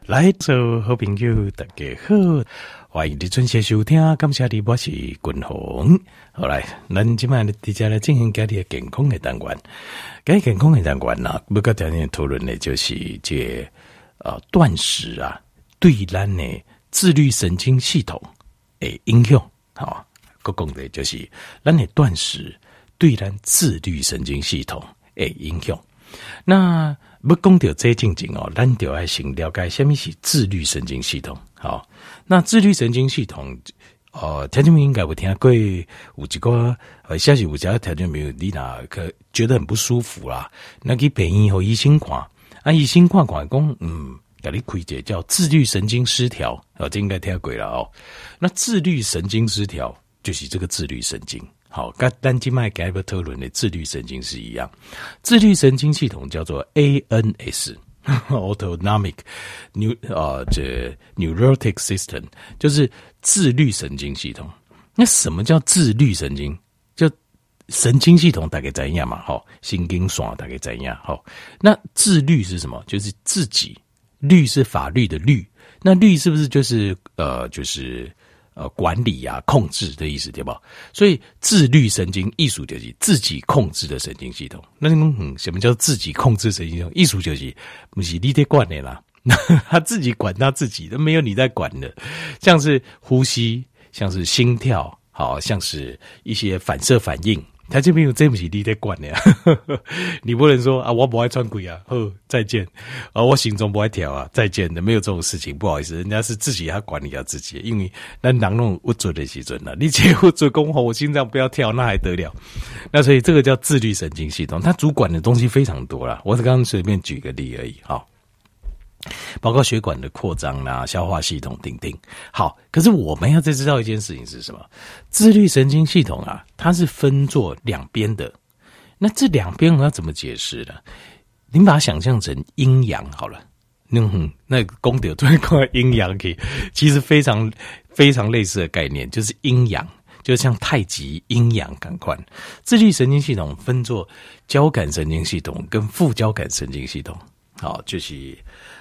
来，做好朋友，大家好，欢迎你准时收听，感谢你，我是君鸿。好来，咱今晚直接来进行家里的健康的单元。家里健康的单元呢，要跟大家讨论的就是这断食啊，对咱的自律神经系统的影响。好，个讲的就是咱的断食对咱自律神经系统的影响。那要讲到这正经哦，咱就要先了解什么是自律神经系统。好，那自律神经系统，听众们应该有听过，有一个下是有家听众朋友你哪可觉得很不舒服啦，那去病院和医生看，啊，医生看讲，给你开一个叫自律神经失调，这应该听过了哦。那自律神经失调就是这个自律神经。好，跟咱今麦给要讨论的自律神经是一样，自律神经系统叫做 ANS。Autonomic Neurotic System 就是自律神经系统。那什么叫自律神经？就神经系统大概怎样嘛？好，神经线大概怎样？好，那自律是什么？就是自己，律是法律的律，那律是不是就是管理啊、控制的意思，对吧？所以自律神经艺术就是自己控制的神经系统。那什么叫自己控制神经系统？艺术就是不是你在管的啦，他自己管他自己，都没有你在管的。像是呼吸，像是心跳，好像是一些反射反应。他这边有这不是你在管的呀，你不能说啊，我不爱穿鬼啊，再见啊，我心中不爱跳啊，再见的，没有这种事情，不好意思，人家是自己要管理他自己，因为那人弄不准的时阵啊，你结不准公吼，我心脏不要跳，那还得了？那所以这个叫自律神经系统，它主管的东西非常多啦，我是刚刚随便举个例而已，好。包括血管的扩张啦、消化系统等等。好，可是我们要再知道一件事情是什么？自律神经系统啊，它是分作两边的。那这两边我要怎么解释呢？你把它想象成阴阳好了。那功德对关阴阳可以，其实非常非常类似的概念，就是阴阳，就像太极阴阳感官。自律神经系统分作交感神经系统跟副交感神经系统。好，就是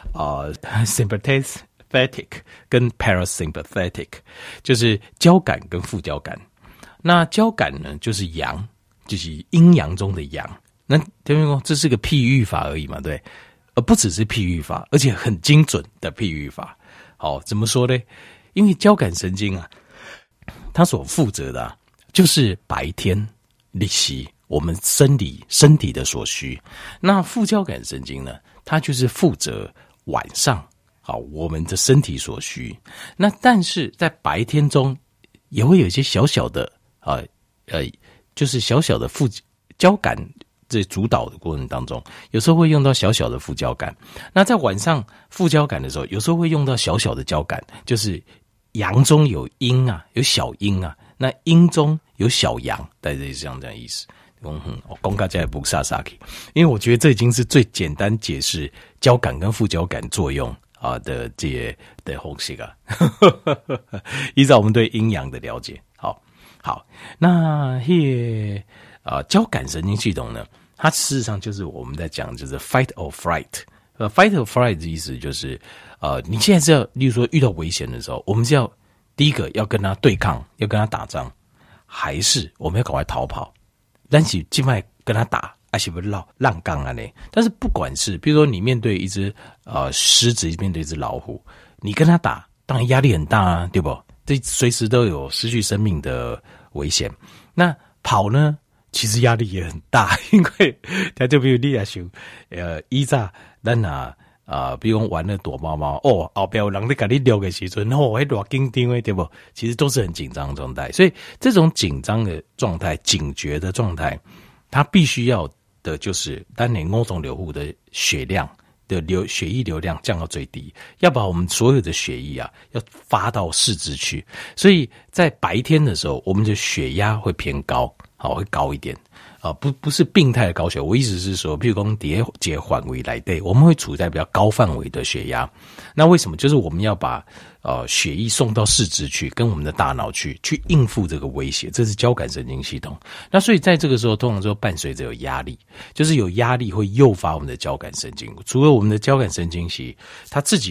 sympathetic 跟 parasympathetic， 就是交感跟副交感。那交感呢，就是阳，就是阴阳中的阳。那听没有？这是个譬喻法而已嘛，对，而不只是譬喻法，而且很精准的譬喻法。好，怎么说呢？因为交感神经啊，它所负责的就是白天利息我们身体的所需。那副交感神经呢？它就是负责晚上，好，我们的身体所需。那但是在白天中也会有一些小小的就是小小的副交感在主导的过程当中，有时候会用到小小的副交感。那在晚上副交感的时候，有时候会用到小小的交感，就是阳中有阴啊，有小阴啊，那阴中有小阳，大概是这样的意思。我公告在不杀去，因为我觉得这已经是最简单解释交感跟副交感作用的这些的方式啊。依照我们对阴阳的了解，好，那交感神经系统呢，它事实上就是我们在讲就是 fight or flight。fight or flight 的意思就是你现在是要，例如说遇到危险的时候，我们是要第一个要跟他对抗，要跟他打仗，还是我们要赶快逃跑？但是尽快跟他打，还是不浪杠啊呢？但是不管是，比如说你面对一只狮子，面对一只老虎，你跟他打，当然压力很大啊，对不？这随时都有失去生命的危险。那跑呢，其实压力也很大，因为他就比如你也想，依照咱比如玩了躲猫猫，后边有人在给你撩的时阵，还多紧张的，对不？其实都是很紧张的状态，所以这种紧张的状态、警觉的状态，它必须要的就是当你欧肿瘤户的血量的血液流量降到最低，要把我们所有的血液啊要发到四肢去，所以在白天的时候，我们的血压会偏高，好，会高一点。不是病态的高血压，我意思是说，譬如说节缓围来对，我们会处在比较高范围的血压。那为什么？就是我们要把血液送到四肢去，跟我们的大脑去应付这个威胁，这是交感神经系统。那所以在这个时候，通常就伴随着有压力，就是有压力会诱发我们的交感神经。除了我们的交感神经系，它自己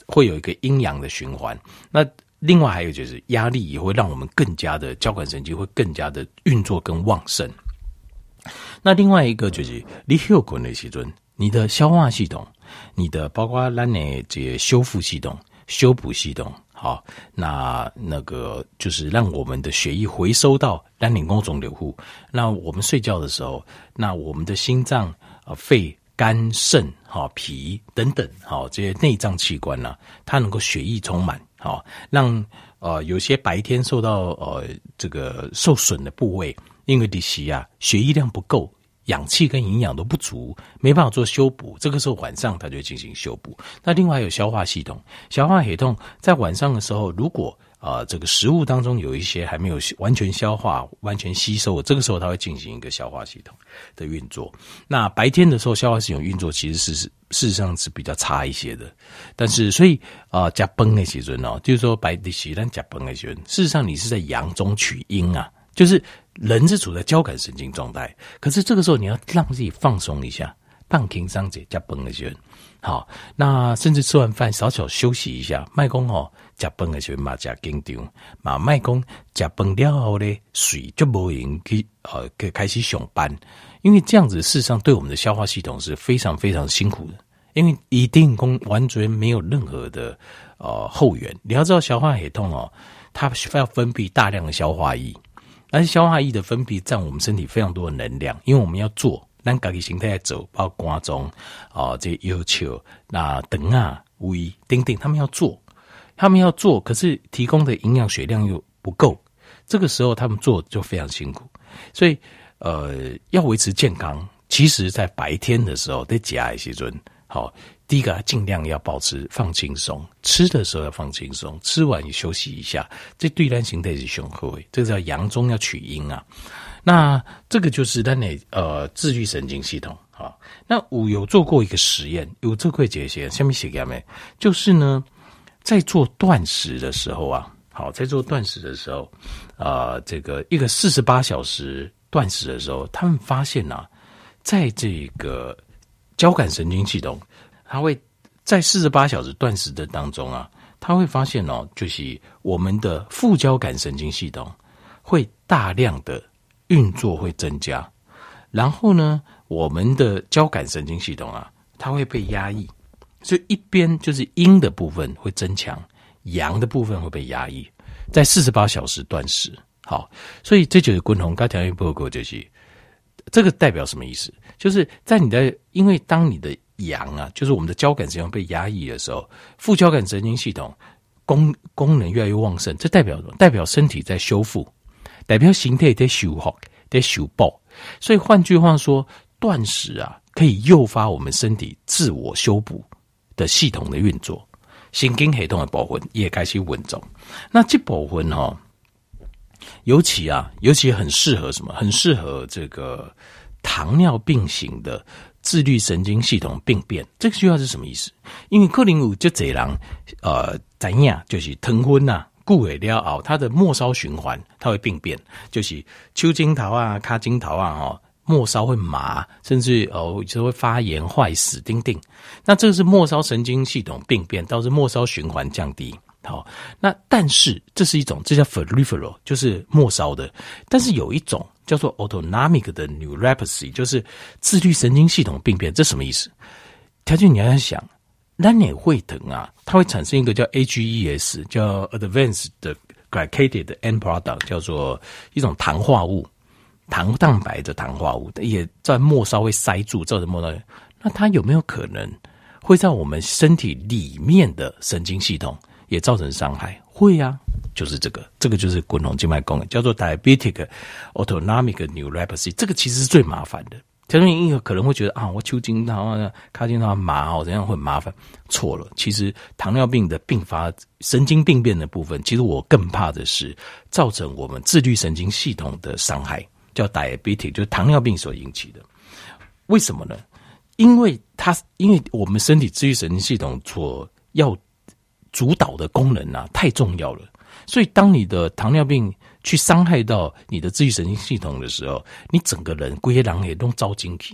会有一个阴阳的循环。那另外还有就是压力也会让我们更加的交感神经会更加的运作更旺盛。那另外一个就是你休困的时阵，你的消化系统，你的包括咱的这个修复系统、修补系统，好，那个就是让我们的血液回收到咱人工肿瘤户。那我们睡觉的时候，那我们的心脏、肺、肝、肾、脾等等，这些内脏器官呢，它能够血液充满，让有些白天受到这个受损的部位，因为你血液量不够。氧气跟营养都不足，没办法做修补，这个时候晚上它就会进行修补。那另外还有消化系统，消化系统在晚上的时候，如果这个食物当中有一些还没有完全消化、完全吸收，这个时候它会进行一个消化系统的运作。那白天的时候，消化系统运作其实事实上是比较差一些的。但是所以吃饭的时阵就是说白的时咱吃饭的时阵，事实上你是在阳中取阴啊。就是人是处在交感神经状态，可是这个时候你要让自己放松一下，放轻松者加饭的时候，好，那甚至吃完饭稍稍休息一下，卖讲吃饭的时候嘛加紧张，嘛卖讲吃饭了后咧睡就无闲去开始上班，因为这样子事实上对我们的消化系统是非常非常辛苦的，因为一定完全没有任何的后援。你要知道消化系统它要分泌大量的消化液。而且消化液的分泌占我们身体非常多的能量，因为我们要做，咱自己形态在走，包括肝脏这腰球、那肠啊、胃等等，他们要做，可是提供的营养血量又不够，这个时候他们做就非常辛苦，所以要维持健康，其实在白天的时候在吃的时阵，好。第一个尽量要保持放轻松，吃的时候要放轻松，吃完也休息一下，这对咱形态是雄厚的，这个叫阳中要取阴啊。那这个就是咱的自律神经系统啊。那我有做过一个实验，有做过这些下面写给没？就是呢，在做断食的时候啊，好，在做断食的时候，这个一个48小时断食的时候，他们发现在这个交感神经系统。它会在48小时断食的当中它会发现就是我们的副交感神经系统会大量的运作会增加，然后呢，我们的交感神经系统它会被压抑，所以一边就是阴的部分会增强，阳的部分会被压抑，在48小时断食。好，所以这就是共同刚条件报告，就是这个代表什么意思？就是在因为当你的阳就是我们的交感神经被压抑的时候，副交感神经系统功能越来越旺盛，这代表什么？代表身体在修复，代表形态在修复，在修补。所以换句话说，断食可以诱发我们身体自我修补的系统的运作，神经系统的部分也开始稳重。那这部分尤其很适合什么？很适合这个糖尿病型的自律神经系统病变。这个句话是什么意思？因为可能有这些人怎样就是糖分久的了后，它的末梢循环它会病变，就是手指头脚趾头末梢会麻，甚至就会发炎坏死等等。那这个是末梢神经系统病变，导致末梢循环降低。好，那但是这是一种，这叫 peripheral， 就是末梢的。但是有一种叫做 autonomic 的 neuropathy， 就是自律神经系统病变。这什么意思？条件你要想，咱也会疼它会产生一个叫 AGEs， 叫 advanced glycated end product， 叫做一种糖化物，糖蛋白的糖化物，也在末梢会塞住，造成末梢。那它有没有可能会在我们身体里面的神经系统也造成伤害？会就是这个就是滚筒静脉功能，叫做 diabetic autonomic neuropathy。这个其实是最麻烦的。条件因为可能会觉得我手指头脚趾头麻怎样会很麻烦。错了，其实糖尿病的并发神经病变的部分，其实我更怕的是造成我们自律神经系统的伤害，叫 diabetic， 就是糖尿病所引起的。为什么呢？因为我们身体自律神经系统所要主导的功能太重要了，所以当你的糖尿病去伤害到你的自律神经系统的时候，你整个人规个人也都糟进去，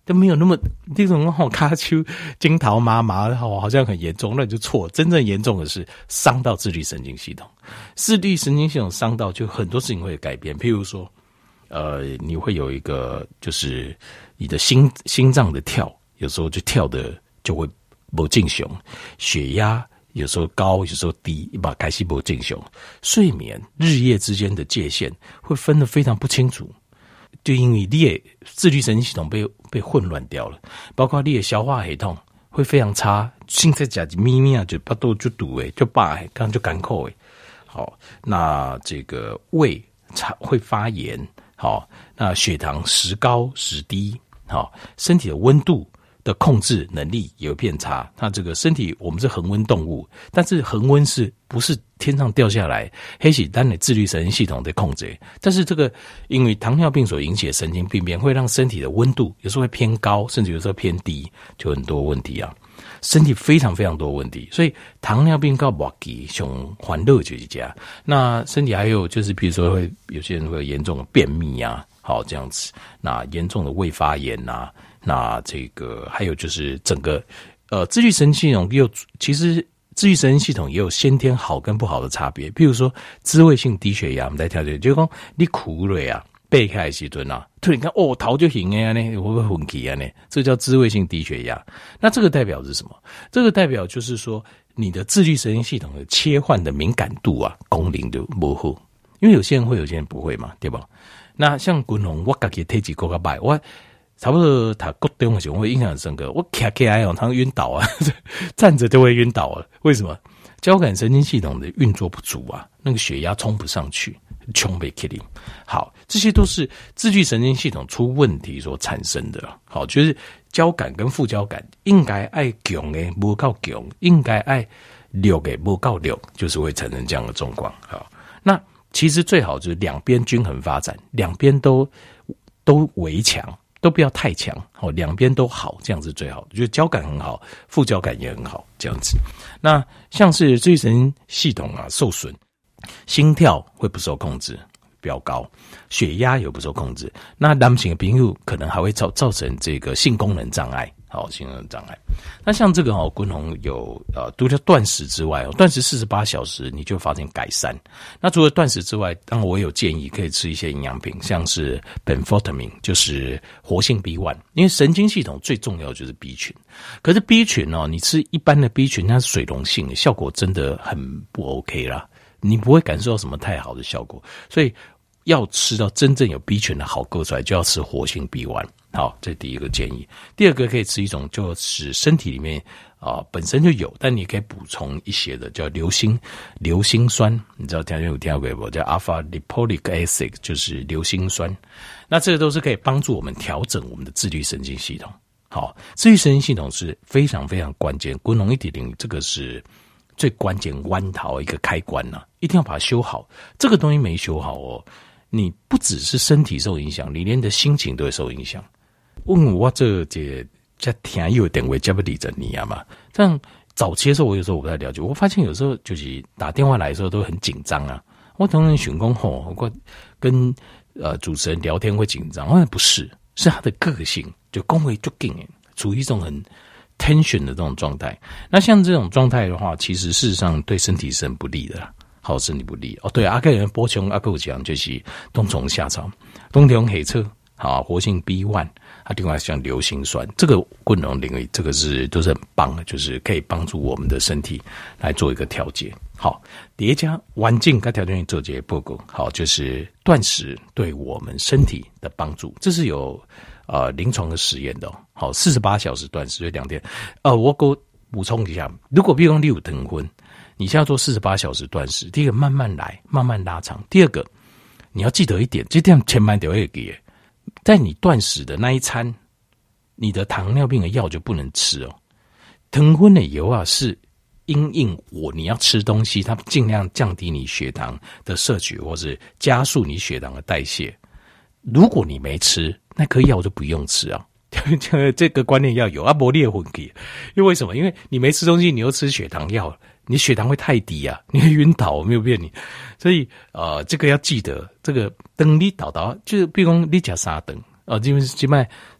都没有那么这种卡丘惊桃麻麻好像很严重，那就错。真正严重的是伤到自律神经系统，自律神经系统伤到就很多事情会改变，譬如说你会有一个就是你的心脏的跳有时候就跳的就会不正常，血压有时候高有时候低，把开始不正常，睡眠日夜之间的界限会分得非常不清楚，就因为你的自律神经系统被混乱掉了，包括你的消化系统会非常差，现在讲咪咪啊就巴肚就堵就饱刚就干口好，那这个胃会发炎，好，那血糖时高时低，好，身体的温度的控制能力也会变差。那这个身体我们是恒温动物，但是恒温是不是天上掉下来？黑喜单的自律神经系统的控制，但是这个因为糖尿病所引起的神经病变，会让身体的温度有时候会偏高，甚至有时候偏低，就很多问题啊。身体非常非常多问题，所以糖尿病跟末期上欢乐就是这样。那身体还有就是，比如说会有些人会有严重的便秘啊，好这样子。那严重的胃发炎啊，那这个还有就是整个自律神经系统其实自律神经系统也有先天好跟不好的差别。譬如说滋味性低血压，我们在调节，就是说你苦了啊。背开的时阵啊，突然看头就晕啊呢，会不会昏起啊呢？这叫滋味性低血压。那这个代表是什么？这个代表就是说你的自律神经系统的切换的敏感度啊，功能就不好。因为有些人会，有些人不会嘛，对吧？那像滚龙，我自己体质够歹，我差不多他高中的时候，我印象很深刻。我卡来常常晕倒啊，站着就会晕倒了。为什么？交感神经系统的运作不足啊，那个血压冲不上去。穷被 killing， 好，这些都是自律神经系统出问题所产生的。好，就是交感跟副交感应该爱强的不够强，应该爱弱的不够弱，就是会产生这样的状况。好，那其实最好就是两边均衡发展，两边都为强，都不要太强。好，两边都好，这样子最好。就是交感很好，副交感也很好，这样子。那像是自律神经系统啊受损。心跳会不受控制，飙高，血压也不受控制。那男性的朋友可能还会造成这个性功能障碍，好，性功能障碍。那像这个滚红有除了断食之外，断食48小时你就发现改善。那除了断食之外，当然我有建议可以吃一些营养品，像是 benfotiamine， 就是活性 B1， 因为神经系统最重要的就是 B 群。可是 B 群你吃一般的 B 群，它是水溶性，效果真的很不 OK 啦。你不会感受到什么太好的效果，所以要吃到真正有 B 群的好割出来，就要吃活性 B1。好，这是第一个建议。第二个可以吃一种就是身体里面本身就有，但你可以补充一些的，叫硫辛酸。你知道有听过不？叫 alpha lipoic acid， 就是硫辛酸。那这个都是可以帮助我们调整我们的自律神经系统。好，自律神经系统是非常非常关键，滚龙一体灵这个是最关键弯桃一个开关一定要把它修好。这个东西没修好你不只是身体受影响，你连你的心情都会受影响。问我这听有点为加不理着你嘛？这样早期的时候，我有时候我不太了解，我发现有时候就是打电话来的时候都很紧张啊。我当然选工后，我跟主持人聊天会紧张，好像不是他的个性，就恭维就紧，处于一种很tension 的这种状态。那像这种状态的话，其实事实上对身体是很不利的啦，好，身体不利。对，阿个人补充阿个讲就是冬虫夏草、冬虫黑色，好，活性 B1，另外像硫辛酸，这个滚龙领域，这个都是很棒的，就是可以帮助我们的身体来做一个调节。好，叠加环境跟条件做这些报告，好，就是断食对我们身体的帮助，这是有临床的实验的好，48小时断食就2天。我补充一下，如果比如说你有疼昏，你现在做48小时断食，第一个慢慢来，慢慢拉长。第二个，你要记得一点，这点千万得要记，在你断食的那一餐，你的糖尿病的药就不能吃疼昏的油是因应你要吃东西，它尽量降低你血糖的摄取，或是加速你血糖的代谢。如果你没吃，那颗药就不用吃啊。这个观念要有不然你会昏去。因为什么？因为你没吃东西，你又吃血糖药，你血糖会太低啊，你会晕倒，没有骗你。所以这个要记得，这个等你倒就是比如说你吃3顿因为现在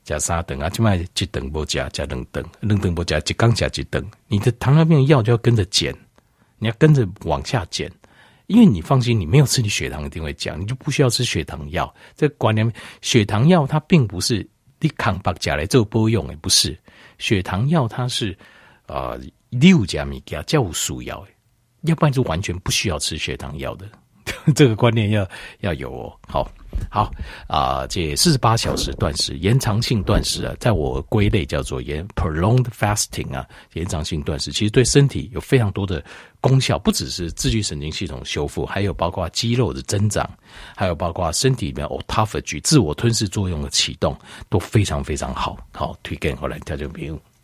加3顿啊，就卖1顿不加2顿，2顿不加1刚加1顿，你的糖尿病的药就要跟着减，你要跟着往下减。因为你放心，你没有吃，你血糖一定会降，你就不需要吃血糖药。这个观念，血糖药它并不是你扛把加来做波用不是，血糖药它是6加米加叫有需要的，要不然就完全不需要吃血糖药的。这个观念要有哦。好这48小时断食，延长性断食啊，在我归类叫做prolonged fasting 啊，延长性断食其实对身体有非常多的功效，不只是自律神经系统修复，还有包括肌肉的增长，还有包括身体里面 autophagy 自我吞噬作用的启动，都非常非常好。推荐后来调整朋友。